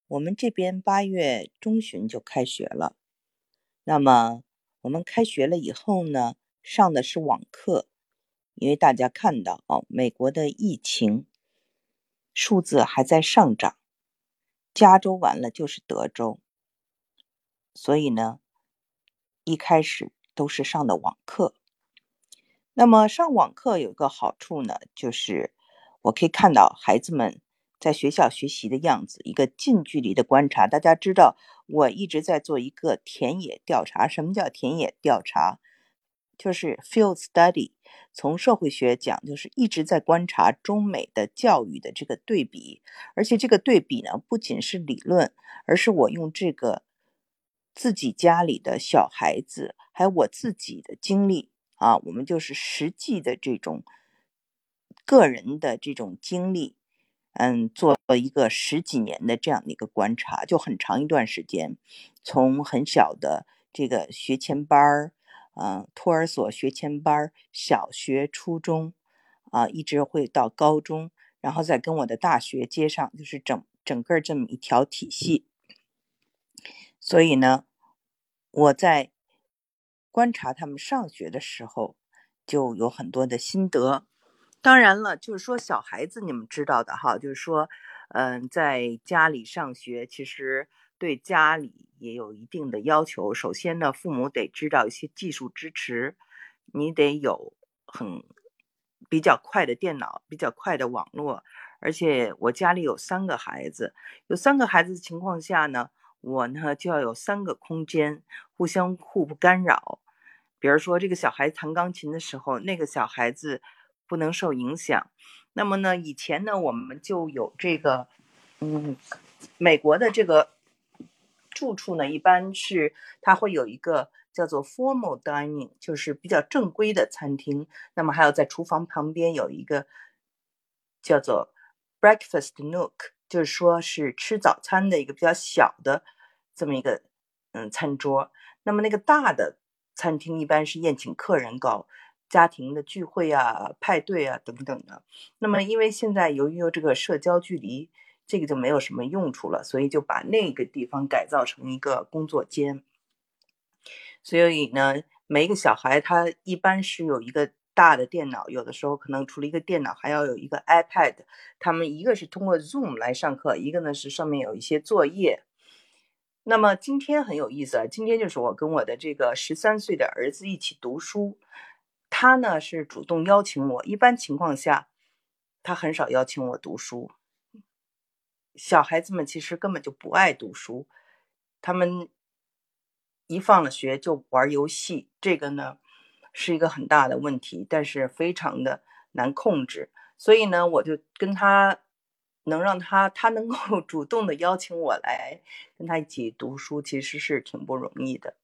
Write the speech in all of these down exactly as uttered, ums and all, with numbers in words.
我们这边八月中旬就开学了。那么我们开学了以后呢，上的是网课，因为大家看到哦，美国的疫情数字还在上涨，加州完了就是德州，所以呢，一开始都是上的网课。那么上网课有一个好处呢，就是我可以看到孩子们在学校学习的样子，一个近距离的观察。大家知道我一直在做一个田野调查。什么叫田野调查？就是 field study， 从社会学讲，就是一直在观察中美的教育的这个对比。而且这个对比呢，不仅是理论，而是我用这个自己家里的小孩子还有我自己的经历啊，我们就是实际的这种个人的这种经历，嗯，做了一个十几年的这样的一个观察，就很长一段时间，从很小的这个学前班呃，托儿所学前班，小学、初中啊，一直会到高中，然后再跟我的大学接上，就是整整个这么一条体系。所以呢，我在观察他们上学的时候，就有很多的心得。当然了，就是说小孩子你们知道的哈，就是说，嗯、呃，在家里上学，其实对家里也有一定的要求。首先呢，父母得知道一些技术支持，你得有很比较快的电脑，比较快的网络。而且我家里有三个孩子，有三个孩子的情况下呢，我呢就要有三个空间，互相互不干扰。比如说这个小孩弹钢琴的时候，那个小孩子不能受影响。那么呢，以前呢我们就有这个嗯，美国的这个住处呢，一般是它会有一个叫做 formal dining， 就是比较正规的餐厅。那么还有在厨房旁边有一个叫做 breakfast nook， 就是说是吃早餐的一个比较小的这么一个嗯餐桌。那么那个大的餐厅一般是宴请客人，搞家庭的聚会啊、派对啊等等的。那么因为现在由于有这个社交距离，这个就没有什么用处了，所以就把那个地方改造成一个工作间。所以呢，每一个小孩他一般是有一个大的电脑，有的时候可能除了一个电脑还要有一个 iPad。 他们一个是通过 Zoom 来上课，一个呢是上面有一些作业。那么今天很有意思啊，今天就是我跟我的这个十三岁的儿子一起读书。他呢是主动邀请我，一般情况下他很少邀请我读书。小孩子们其实根本就不爱读书，他们一放了学就玩游戏，这个呢是一个很大的问题，但是非常的难控制。所以呢，我就跟他能让他他能够主动的邀请我来跟他一起读书，其实是挺不容易的。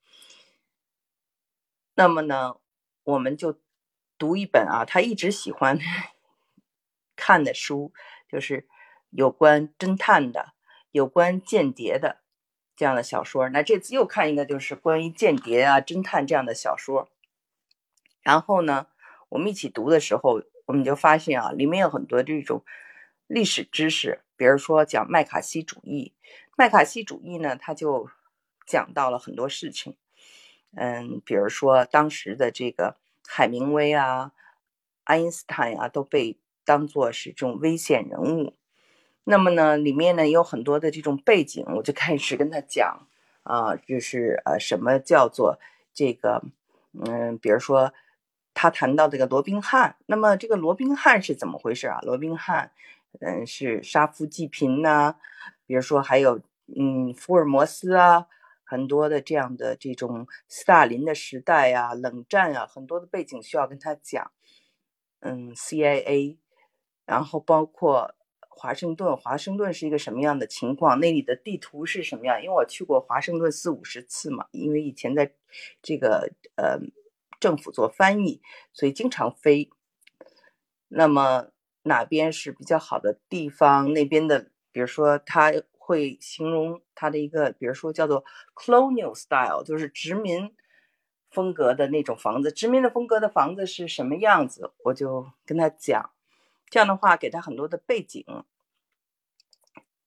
那么呢，我们就读一本啊，他一直喜欢看的书，就是有关侦探的、有关间谍的这样的小说。那这次又看一个就是关于间谍啊、侦探这样的小说。然后呢，我们一起读的时候，我们就发现啊，里面有很多这种历史知识，比如说讲麦卡锡主义。麦卡锡主义呢，他就讲到了很多事情。嗯，比如说当时的这个海明威啊、爱因斯坦啊，都被当作是这种危险人物。那么呢，里面呢有很多的这种背景，我就开始跟他讲啊，就是呃，什么叫做这个，嗯，比如说他谈到这个罗宾汉。那么这个罗宾汉是怎么回事啊？罗宾汉，嗯，是杀富济贫呐、比如说还有嗯，福尔摩斯啊。很多的这样的这种斯大林的时代啊、冷战啊，很多的背景需要跟他讲。嗯 ，C I A， 然后包括华盛顿，华盛顿是一个什么样的情况？那里的地图是什么样？因为我去过华盛顿四五十次嘛，因为以前在这个呃政府做翻译，所以经常飞。那么哪边是比较好的地方？那边的，比如说他会形容他的一个，比如说叫做 colonial style， 就是殖民风格的那种房子。殖民的风格的房子是什么样子？我就跟他讲，这样的话给他很多的背景。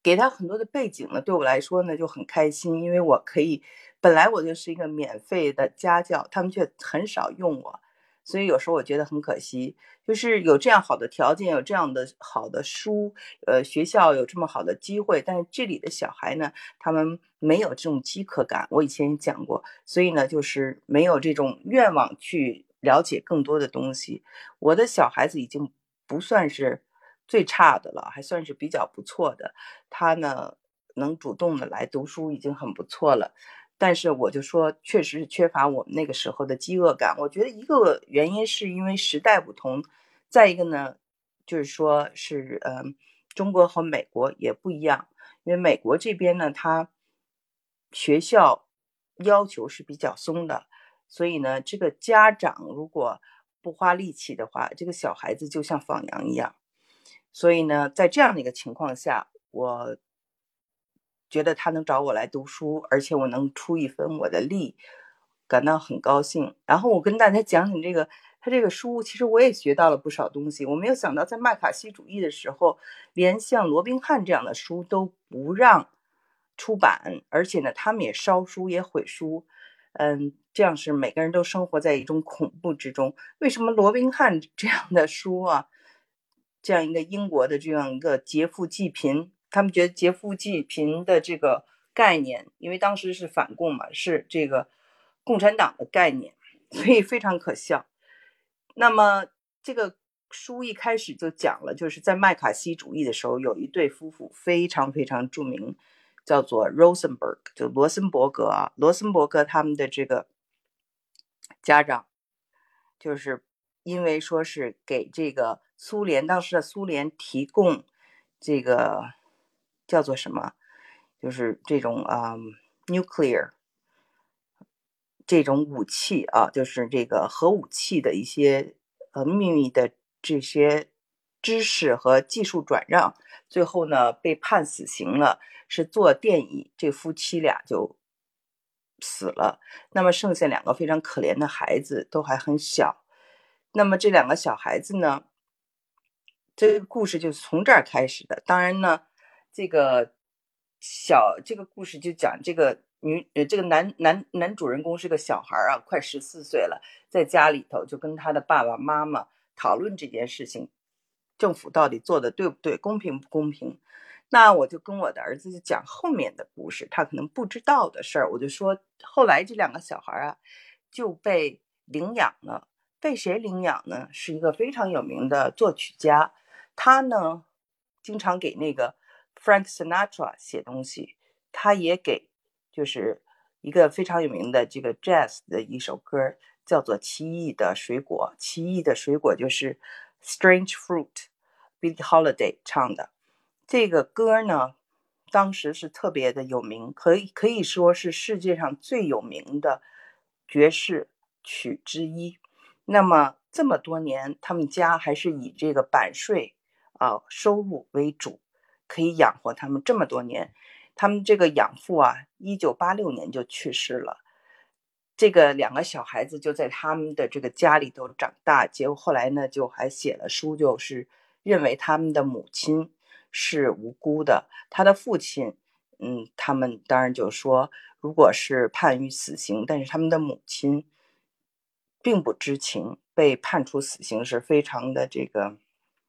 给他很多的背景呢，对我来说呢就很开心，因为我可以，本来我就是一个免费的家教，他们却很少用我，所以有时候我觉得很可惜，就是有这样好的条件，有这样的好的书，呃，学校有这么好的机会，但是这里的小孩呢，他们没有这种饥渴感，我以前也讲过，所以呢，就是没有这种愿望去了解更多的东西。我的小孩子已经不算是最差的了，还算是比较不错的，他呢能主动的来读书已经很不错了。但是我就说，确实是缺乏我们那个时候的饥饿感。我觉得一个原因是因为时代不同，再一个呢，就是说是呃，中国和美国也不一样。因为美国这边呢，它学校要求是比较松的，所以呢，这个家长如果不花力气的话，这个小孩子就像放羊一样。所以呢，在这样的一个情况下，我觉得他能找我来读书，而且我能出一分我的力，感到很高兴。然后我跟大家讲讲这个他这个书，其实我也学到了不少东西。我没有想到在麦卡锡主义的时候，连像罗宾汉这样的书都不让出版，而且呢，他们也烧书也毁书。嗯，这样是每个人都生活在一种恐怖之中。为什么罗宾汉这样的书啊，这样一个英国的这样一个劫富济贫，他们觉得劫富济贫的这个概念，因为当时是反共嘛，是这个共产党的概念，所以非常可笑。那么这个书一开始就讲了，就是在麦卡锡主义的时候，有一对夫妇非常非常著名，叫做 Rosenberg， 就罗森伯格啊，罗森伯格他们的这个家长，就是因为说是给这个苏联当时的苏联提供这个叫做什么，就是这种啊、um, nuclear 这种武器啊，就是这个核武器的一些呃秘密的这些知识和技术转让，最后呢被判死刑了，是做电椅，这夫妻俩就死了。那么剩下两个非常可怜的孩子都还很小。那么这两个小孩子呢，这个故事就是从这儿开始的。当然呢，这个小这个故事就讲这个女呃这个男男男主人公是个小孩啊，快十四岁了，在家里头就跟他的爸爸妈妈讨论这件事情，政府到底做的对不对，公平不公平。那我就跟我的儿子就讲后面的故事，他可能不知道的事儿。我就说后来这两个小孩啊就被领养了。被谁领养呢？是一个非常有名的作曲家，他呢经常给那个 Frank Sinatra 写东西，他也给就是一个非常有名的这个 jazz 的一首歌，叫做奇异的水果。奇异的水果就是 Strange Fruit， Billie Holiday 唱的。这个歌呢当时是特别的有名，可以可以说是世界上最有名的爵士曲之一。那么这么多年，他们家还是以这个版税啊收入为主，可以养活他们这么多年。他们这个养父啊，一九八六年就去世了。这个两个小孩子就在他们的这个家里头长大，结果后来呢，就还写了书，就是认为他们的母亲是无辜的。他的父亲，嗯，他们当然就说，如果是判予死刑，但是他们的母亲并不知情，被判处死刑是非常的这个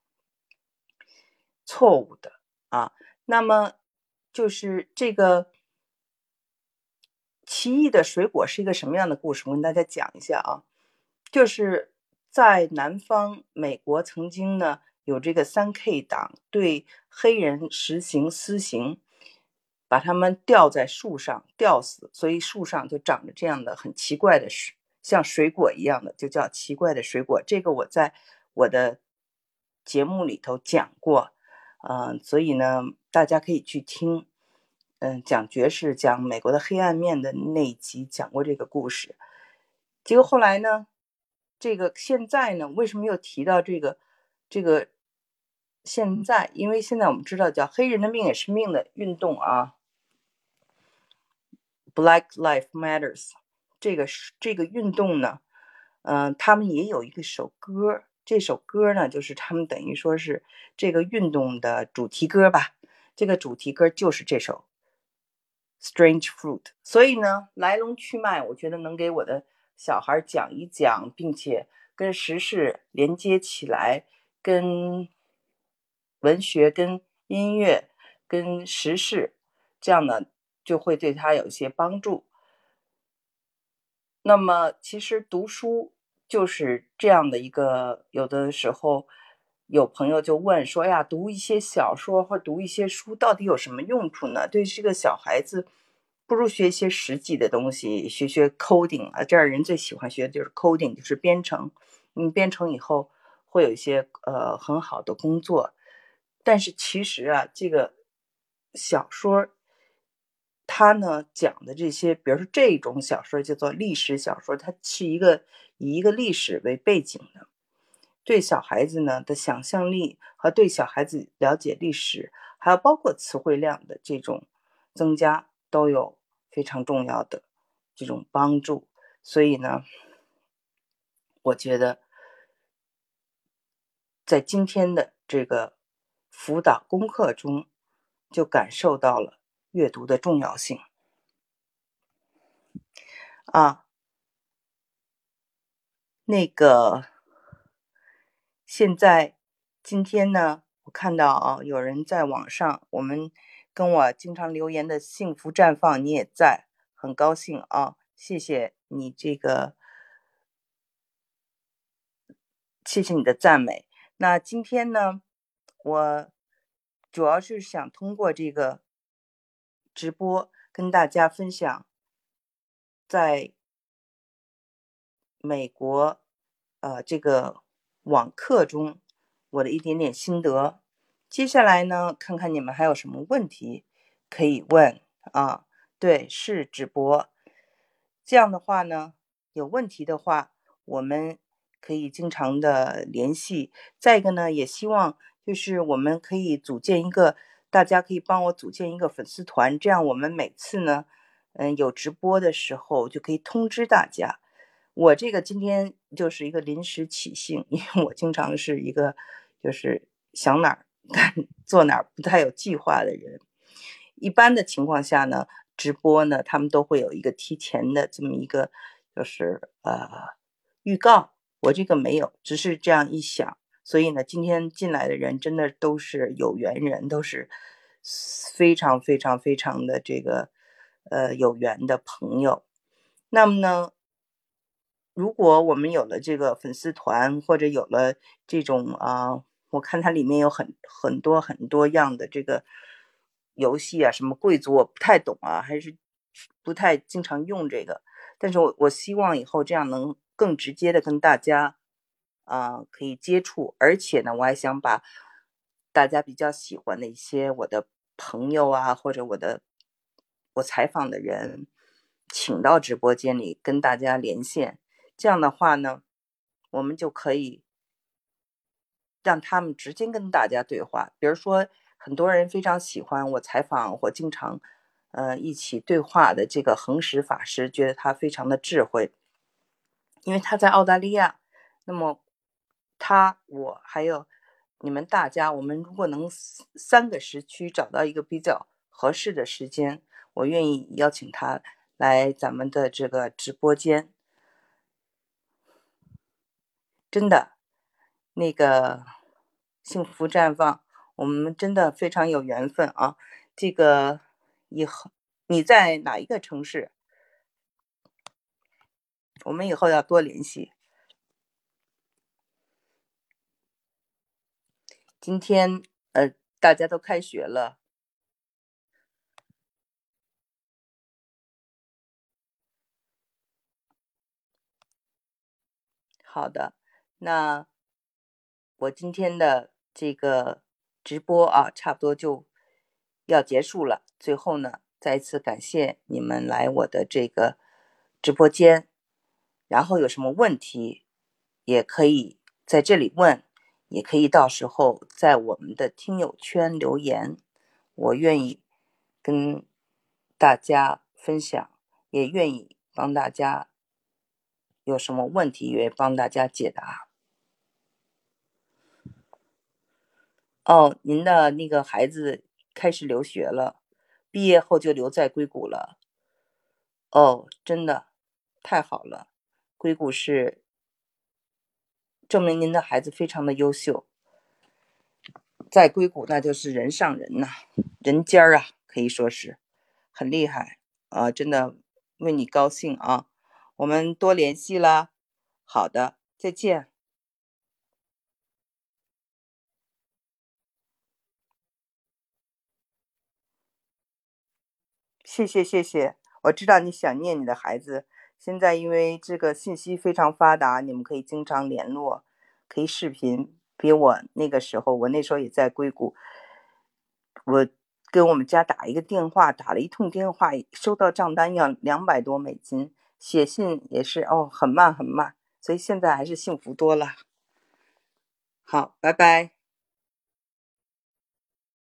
错误的啊。那么就是这个奇异的水果是一个什么样的故事？我跟大家讲一下啊，就是在南方美国曾经呢有这个三 K 党对黑人实行私刑，把他们吊在树上吊死，所以树上就长着这样的很奇怪的水，像水果一样的，就叫奇怪的水果。这个我在我的节目里头讲过，呃，所以呢大家可以去听。嗯，讲爵士讲美国的黑暗面的那一集讲过这个故事。结果后来呢，这个现在呢，为什么又提到这个这个现在？因为现在我们知道叫黑人的命也是命的运动啊 ，Black Lives Matters 这个这个运动呢，嗯、呃，他们也有一个首歌，这首歌呢，就是他们等于说是这个运动的主题歌吧。 这个主题歌就是这首 Strange Fruit。 所以呢，来龙去脉我觉得能给我的小孩讲一讲，并且跟时事连接起来，跟文学跟音乐跟时事，这样呢就会对他有一些帮助。那么其实读书就是这样的一个，有的时候有朋友就问说呀，读一些小说或读一些书到底有什么用处呢？对这个小孩子不如学一些实际的东西，学学 coding 啊，这儿人最喜欢学的就是 coding， 就是编程。你编程以后会有一些呃很好的工作。但是其实啊，这个小说它呢讲的这些，比如说这种小说叫做历史小说，它是一个以一个历史为背景的，对小孩子呢的想象力和对小孩子了解历史，还有包括词汇量的这种增加，都有非常重要的这种帮助。所以呢，我觉得在今天的这个辅导功课中，就感受到了阅读的重要性啊。那个现在今天呢，我看到啊，有人在网上，我们跟我经常留言的幸福绽放，你也在，很高兴啊，谢谢你这个，谢谢你的赞美。那今天呢，我主要是想通过这个直播跟大家分享在美国呃这个网课中我的一点点心得。接下来呢，看看你们还有什么问题可以问啊。对，是直播。这样的话呢，有问题的话我们可以经常的联系。再一个呢，也希望就是我们可以组建一个，大家可以帮我组建一个粉丝团，这样我们每次呢嗯有直播的时候就可以通知大家。我这个今天就是一个临时起兴，因为我经常是一个就是想哪儿干做哪儿不太有计划的人。一般的情况下呢，直播呢他们都会有一个提前的这么一个就是呃预告，我这个没有，只是这样一想。所以呢，今天进来的人真的都是有缘人，都是非常非常非常的这个呃有缘的朋友。那么呢，如果我们有了这个粉丝团，或者有了这种啊，我看它里面有很很多很多样的这个游戏啊，什么贵族我不太懂啊，还是不太经常用这个。但是我我希望以后这样能更直接的跟大家啊可以接触，而且呢，我还想把大家比较喜欢的一些我的朋友啊，或者我的我采访的人，请到直播间里跟大家连线。这样的话呢，我们就可以让他们直接跟大家对话。比如说，很多人非常喜欢我采访或经常呃一起对话的这个恒石法师，觉得他非常的智慧，因为他在澳大利亚。那么他我还有你们大家，我们如果能三个时区找到一个比较合适的时间，我愿意邀请他来咱们的这个直播间。真的，那个幸福绽放，我们真的非常有缘分啊！这个以后你在哪一个城市？我们以后要多联系。今天呃，大家都开学了。好的，那我今天的这个直播啊，差不多就要结束了。最后呢，再一次感谢你们来我的这个直播间，然后有什么问题也可以在这里问，也可以到时候在我们的听友圈留言，我愿意跟大家分享，也愿意帮大家有什么问题也帮大家解答。哦，您的那个孩子开始留学了，毕业后就留在硅谷了。哦，真的太好了，硅谷是证明您的孩子非常的优秀，在硅谷那就是人上人呐、人尖儿啊，可以说是很厉害啊、呃，真的为你高兴啊，我们多联系啦。好的，再见。谢谢谢谢，我知道你想念你的孩子，现在因为这个信息非常发达，你们可以经常联络，可以视频。比我那个时候，我那时候也在硅谷，我跟我们家打一个电话，打了一通电话，收到账单要两百多美金，写信也是哦很慢很慢，所以现在还是幸福多了。好，拜拜。